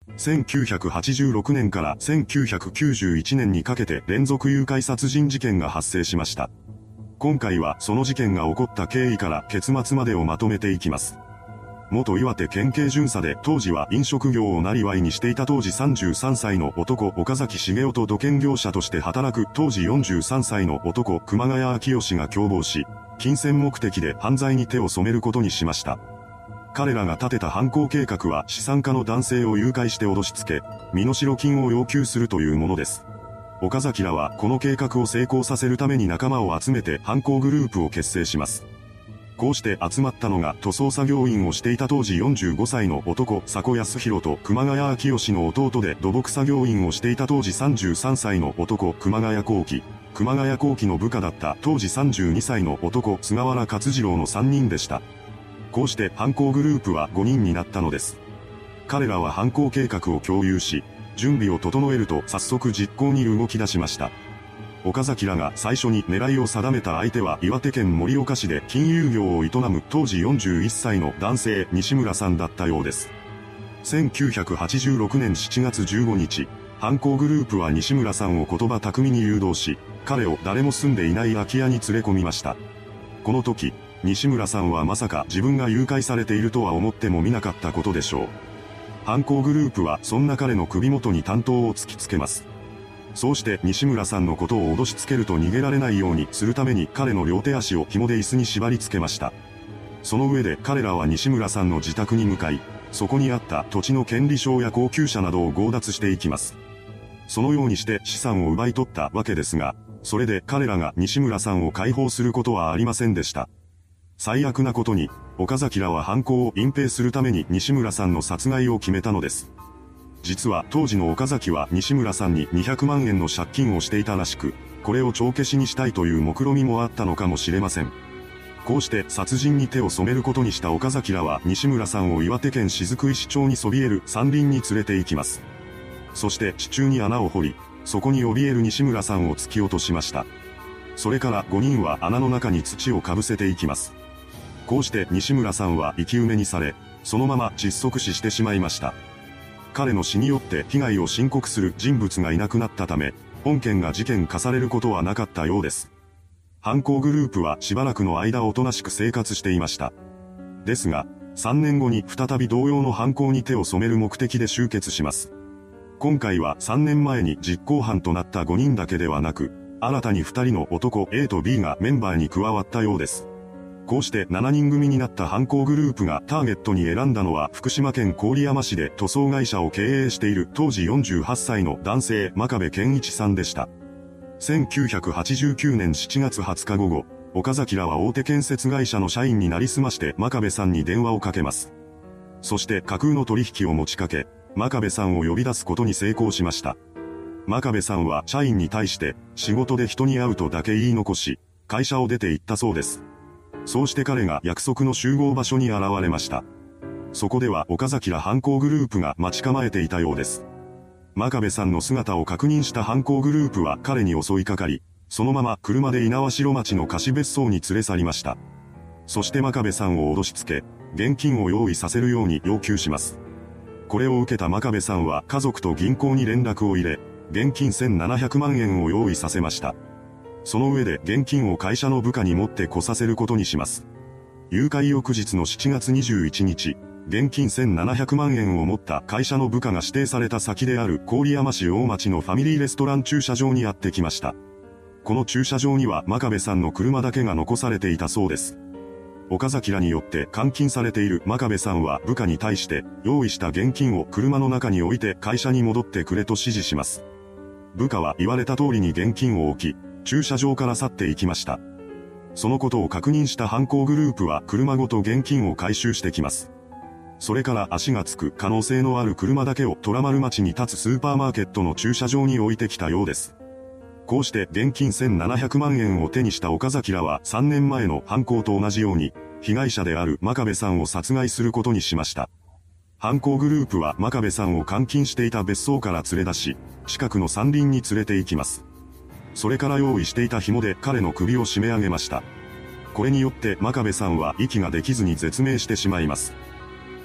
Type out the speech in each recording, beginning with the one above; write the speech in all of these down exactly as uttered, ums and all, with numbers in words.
せんきゅうひゃくはちじゅうろくねんからせんきゅうひゃくきゅうじゅういちねんにかけて連続誘拐殺人事件が発生しました。今回はその事件が起こった経緯から結末までをまとめていきます。元岩手県警巡査で当時は飲食業を生業にしていた当時さんじゅうさんさいの男岡崎茂雄と土建業者として働く当時よんじゅうさんさいの男熊谷明義が共謀し、金銭目的で犯罪に手を染めることにしました。彼らが立てた犯行計画は資産家の男性を誘拐して脅しつけ、身代金を要求するというものです。岡崎らはこの計画を成功させるために仲間を集めて犯行グループを結成します。こうして集まったのが塗装作業員をしていた当時よんじゅうごさいの男佐古康弘と熊谷明義の弟で土木作業員をしていた当時さんじゅうさんさいの男熊谷幸喜、熊谷幸喜の部下だった当時さんじゅうにさいの男菅原勝次郎のさんにんでした。こうして犯行グループはごにんになったのです。彼らは犯行計画を共有し、準備を整えると早速実行に動き出しました。岡崎らが最初に狙いを定めた相手は岩手県盛岡市で金融業を営む当時よんじゅういっさいの男性西村さんだったようです。せんきゅうひゃくはちじゅうろくねんしちがつじゅうごにち、犯行グループは西村さんを言葉巧みに誘導し、彼を誰も住んでいない空き家に連れ込みました。この時、西村さんはまさか自分が誘拐されているとは思ってもみなかったことでしょう。犯行グループはそんな彼の首元に短刀を突きつけます。そうして西村さんのことを脅しつけると逃げられないようにするために彼の両手足を紐で椅子に縛り付けました。その上で彼らは西村さんの自宅に向かい、そこにあった土地の権利書や高級車などを強奪していきます。そのようにして資産を奪い取ったわけですが、それで彼らが西村さんを解放することはありませんでした。最悪なことに、岡崎らは犯行を隠蔽するために西村さんの殺害を決めたのです。実は当時の岡崎は西村さんににひゃくまんえんの借金をしていたらしく、これを帳消しにしたいという目論みもあったのかもしれません。こうして殺人に手を染めることにした岡崎らは西村さんを岩手県雫石町にそびえる山林に連れて行きます。そして地中に穴を掘り、そこに怯える西村さんを突き落としました。それからごにんは穴の中に土をかぶせていきます。こうして西村さんは生き埋めにされ、そのまま窒息死してしまいました。彼の死によって被害を申告する人物がいなくなったため、本件が事件化されることはなかったようです。犯行グループはしばらくの間おとなしく生活していました。ですが、さんねんごに再び同様の犯行に手を染める目的で集結します。今回はさんねんまえに実行犯となったごにんだけではなく、新たにふたりの男 A と B がメンバーに加わったようです。こうしてしちにん組になった犯行グループがターゲットに選んだのは福島県郡山市で塗装会社を経営している当時よんじゅうはっさいの男性真壁健一さんでした。せんきゅうひゃくはちじゅうきゅうねんしちがつはつか午後、岡崎らは大手建設会社の社員になりすまして真壁さんに電話をかけます。そして架空の取引を持ちかけ、真壁さんを呼び出すことに成功しました。真壁さんは社員に対して仕事で人に会うとだけ言い残し、会社を出て行ったそうです。そうして彼が約束の集合場所に現れました。そこでは岡崎ら犯行グループが待ち構えていたようです。真壁さんの姿を確認した犯行グループは彼に襲いかかり、そのまま車で猪苗代町の貸別荘に連れ去りました。そして真壁さんを脅しつけ、現金を用意させるように要求します。これを受けた真壁さんは家族と銀行に連絡を入れ、現金せんななひゃくまんえんを用意させました。その上で現金を会社の部下に持ってこさせることにします。誘拐翌日のしちがつにじゅういちにち、現金せんななひゃくまんえんを持った会社の部下が指定された先である郡山市大町のファミリーレストラン駐車場にやってきました。この駐車場には真壁さんの車だけが残されていたそうです。岡崎らによって監禁されている真壁さんは部下に対して用意した現金を車の中に置いて会社に戻ってくれと指示します。部下は言われた通りに現金を置き、駐車場から去っていきました。そのことを確認した犯行グループは車ごと現金を回収してきます。それから足がつく可能性のある車だけを虎丸町に立つスーパーマーケットの駐車場に置いてきたようです。こうして現金せんななひゃくまんえんを手にした岡崎らはさんねんまえの犯行と同じように、被害者である真壁さんを殺害することにしました。犯行グループは真壁さんを監禁していた別荘から連れ出し、近くの山林に連れて行きます。それから用意していた紐で彼の首を締め上げました。これによって真壁さんは息ができずに絶命してしまいます。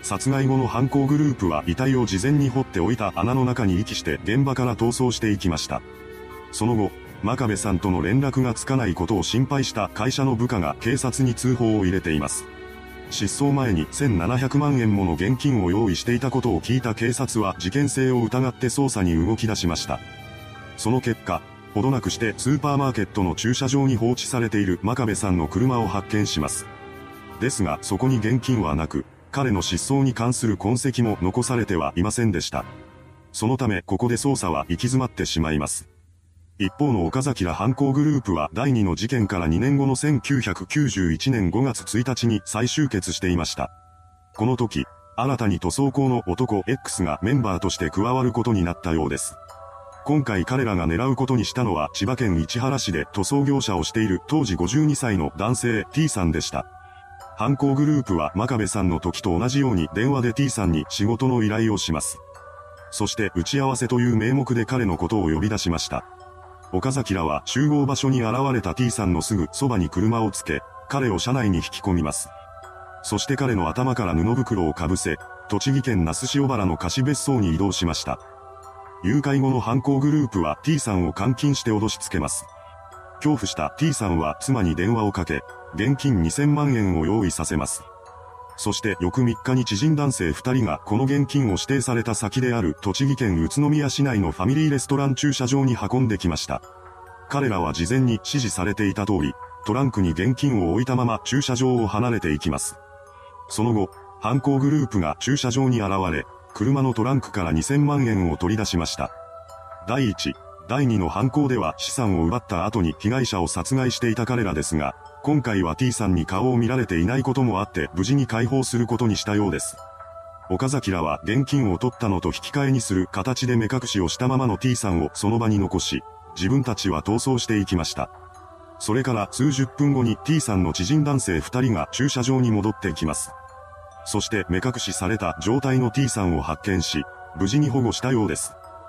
殺害後の犯行グループは遺体を事前に掘っておいた穴の中に遺棄して現場から逃走していきました。その後、真壁さんとの連絡がつかないことを心配した会社の部下が警察に通報を入れています。失踪前にせんななひゃくまんえんもの現金を用意していたことを聞いた警察は事件性を疑って捜査に動き出しました。その結果、ほどなくしてスーパーマーケットの駐車場に放置されている真壁さんの車を発見します。ですがそこに現金はなく、彼の失踪に関する痕跡も残されてはいませんでした。そのためここで捜査は行き詰まってしまいます。一方の岡崎ら犯行グループはだいにの事件からにねんごのせんきゅうひゃくきゅうじゅういちねんごがつついたちに再集結していました。この時、新たに塗装工の男 X がメンバーとして加わることになったようです。今回彼らが狙うことにしたのは千葉県市原市で塗装業者をしている当時ごじゅうにさいの男性 T さんでした。犯行グループは真壁さんの時と同じように電話で T さんに仕事の依頼をします。そして打ち合わせという名目で彼のことを呼び出しました。岡崎らは集合場所に現れた T さんのすぐそばに車をつけ、彼を車内に引き込みます。そして彼の頭から布袋をかぶせ、栃木県那須塩原の貸別荘に移動しました。誘拐後の犯行グループは T さんを監禁して脅しつけます。恐怖した T さんは妻に電話をかけ、現金にせんまんえんを用意させます。そして翌みっかに知人男性ふたりがこの現金を指定された先である栃木県宇都宮市内のファミリーレストラン駐車場に運んできました。彼らは事前に指示されていた通り、トランクに現金を置いたまま駐車場を離れていきます。その後、犯行グループが駐車場に現れ、車のトランクからにせんまんえんを取り出しました。だいいち、だいにの犯行では資産を奪った後に被害者を殺害していた彼らですが、今回は T さんに顔を見られていないこともあって無事に解放することにしたようです。岡崎らは現金を取ったのと引き換えにする形で目隠しをしたままの T さんをその場に残し、自分たちは逃走していきました。それから数十分後に T さんの知人男性ふたりが駐車場に戻ってきます。そして目隠しされた状態の T さんを発見し、無事に保護したようです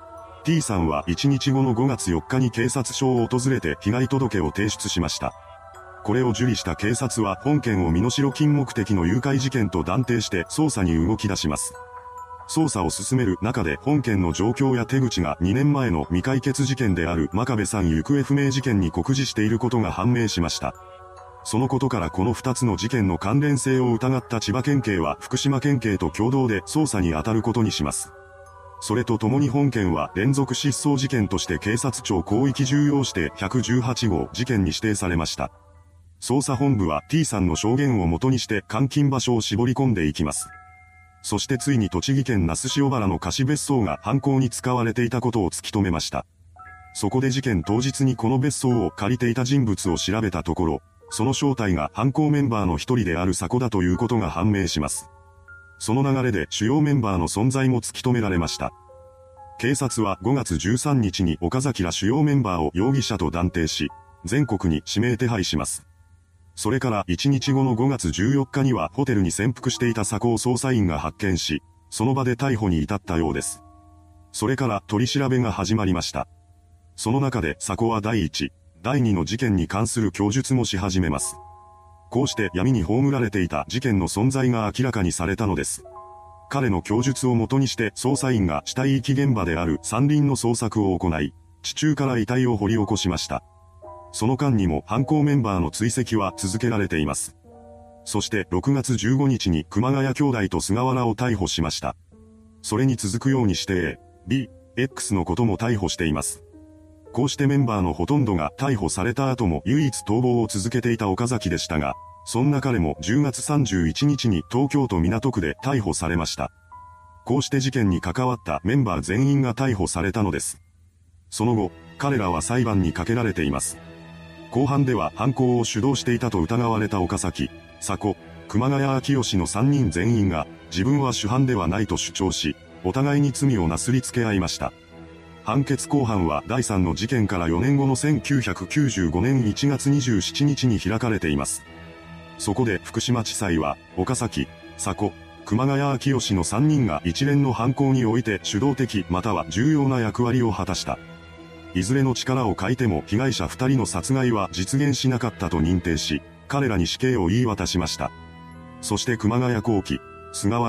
。T さんはいちにちごのごがつよっかに警察署を訪れて被害届を提出しました。これを受理した警察は本件を身代金目的の誘拐事件と断定して捜査に動き出します。捜査を進める中で本件の状況や手口がにねんまえの未解決事件である真壁さん行方不明事件に酷似していることが判明しました。そのことからこのふたつの事件の関連性を疑った千葉県警は福島県警と共同で捜査に当たることにします。それとともに本件は連続失踪事件として警察庁広域重要指定ひゃくじゅうはちごう事件に指定されました。捜査本部は T さんの証言をもとにして監禁場所を絞り込んでいきます。そしてついに栃木県那須塩原の貸別荘が犯行に使われていたことを突き止めました。そこで事件当日にこの別荘を借りていた人物を調べたところ、その正体が犯行メンバーの一人である迫田ということが判明します。その流れで主要メンバーの存在も突き止められました。警察はごがつじゅうさんにちに岡崎ら主要メンバーを容疑者と断定し、全国に指名手配します。それからいちにちごのごがつじゅうよっかにはホテルに潜伏していた佐古を捜査員が発見し、その場で逮捕に至ったようです。それから取り調べが始まりました。その中で佐古はだいいち、だいにの事件に関する供述もし始めます。こうして闇に葬られていた事件の存在が明らかにされたのです。彼の供述をもとにして捜査員が死体遺棄現場である山林の捜索を行い、地中から遺体を掘り起こしました。その間にも犯行メンバーの追跡は続けられています。そしてろくがつじゅうごにちに熊谷兄弟と菅原を逮捕しました。それに続くようにして A、B、X のことも逮捕しています。こうしてメンバーのほとんどが逮捕された後も唯一逃亡を続けていた岡崎でしたが、そんな彼もじゅうがつさんじゅういちにちに東京都港区で逮捕されました。こうして事件に関わったメンバー全員が逮捕されたのです。その後、彼らは裁判にかけられています。後半では犯行を主導していたと疑われた岡崎、佐古、熊谷明義のさんにん全員が自分は主犯ではないと主張し、お互いに罪をなすりつけ合いました。判決公判はだいさんの事件からよねんごのせんきゅうひゃくきゅうじゅうごねんいちがつにじゅうしちにちに開かれています。そこで福島地裁は、岡崎、佐古、熊谷明義のさんにんが一連の犯行において主導的または重要な役割を果たした。いずれの力を欠いても被害者ふたりの殺害は実現しなかったと認定し、彼らに死刑を言い渡しました。そして熊谷幸喜、菅原、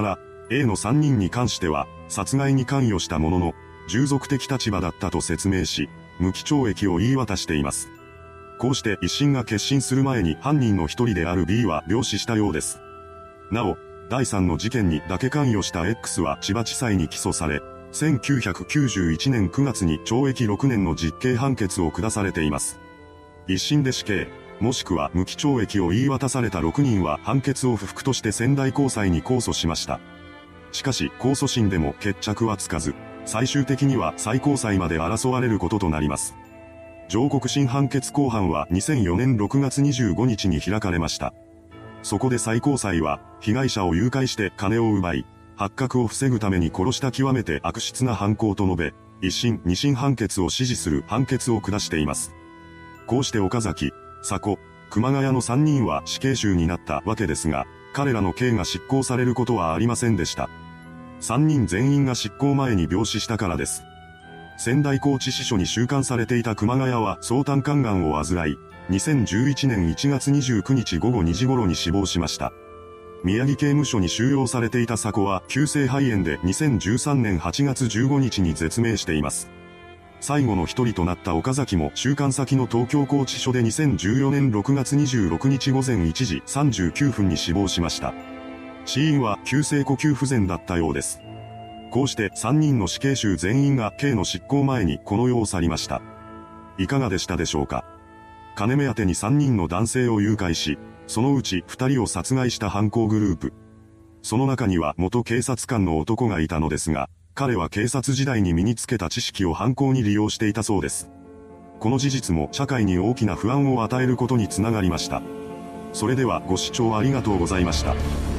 A のさんにんに関しては、殺害に関与したものの、従属的立場だったと説明し、無期懲役を言い渡しています。こうして一審が結審する前に犯人の一人である B は病死したようです。なお、だいさんの事件にだけ関与した X は千葉地裁に起訴され、せんきゅうひゃくきゅうじゅういちねんくがつに懲役ろくねんの実刑判決を下されています。一審で死刑、もしくは無期懲役を言い渡されたろくにんは判決を不服として仙台高裁に控訴しました。しかし控訴審でも決着はつかず、最終的には最高裁まで争われることとなります。上告審判決公判はにせんよねんろくがつにじゅうごにちに開かれました。そこで最高裁は、被害者を誘拐して金を奪い、発覚を防ぐために殺した極めて悪質な犯行と述べ、一審、二審判決を支持する判決を下しています。こうして岡崎、佐古、熊谷のさんにんは死刑囚になったわけですが、彼らの刑が執行されることはありませんでした。さんにん全員が執行前に病死したからです。仙台拘置支所に収監されていた熊谷は総胆管がんを患い、にせんじゅういちねんいちがつにじゅうくにちごごにじ頃に死亡しました。宮城刑務所に収容されていた佐古は急性肺炎でにせんじゅうさんねんはちがつじゅうごにちに絶命しています。最後の一人となった岡崎も収監先の東京拘置所でにせんじゅうよねんろくがつにじゅうろくにちごぜんいちじさんじゅうきゅうふんに死亡しました。死因は急性呼吸不全だったようです。こうしてさんにんの死刑囚全員が刑の執行前にこの世を去りました。いかがでしたでしょうか。金目当てにさんにんの男性を誘拐し、そのうちふたりを殺害した犯行グループ。その中には元警察官の男がいたのですが、彼は警察時代に身につけた知識を犯行に利用していたそうです。この事実も社会に大きな不安を与えることにつながりました。それではご視聴ありがとうございました。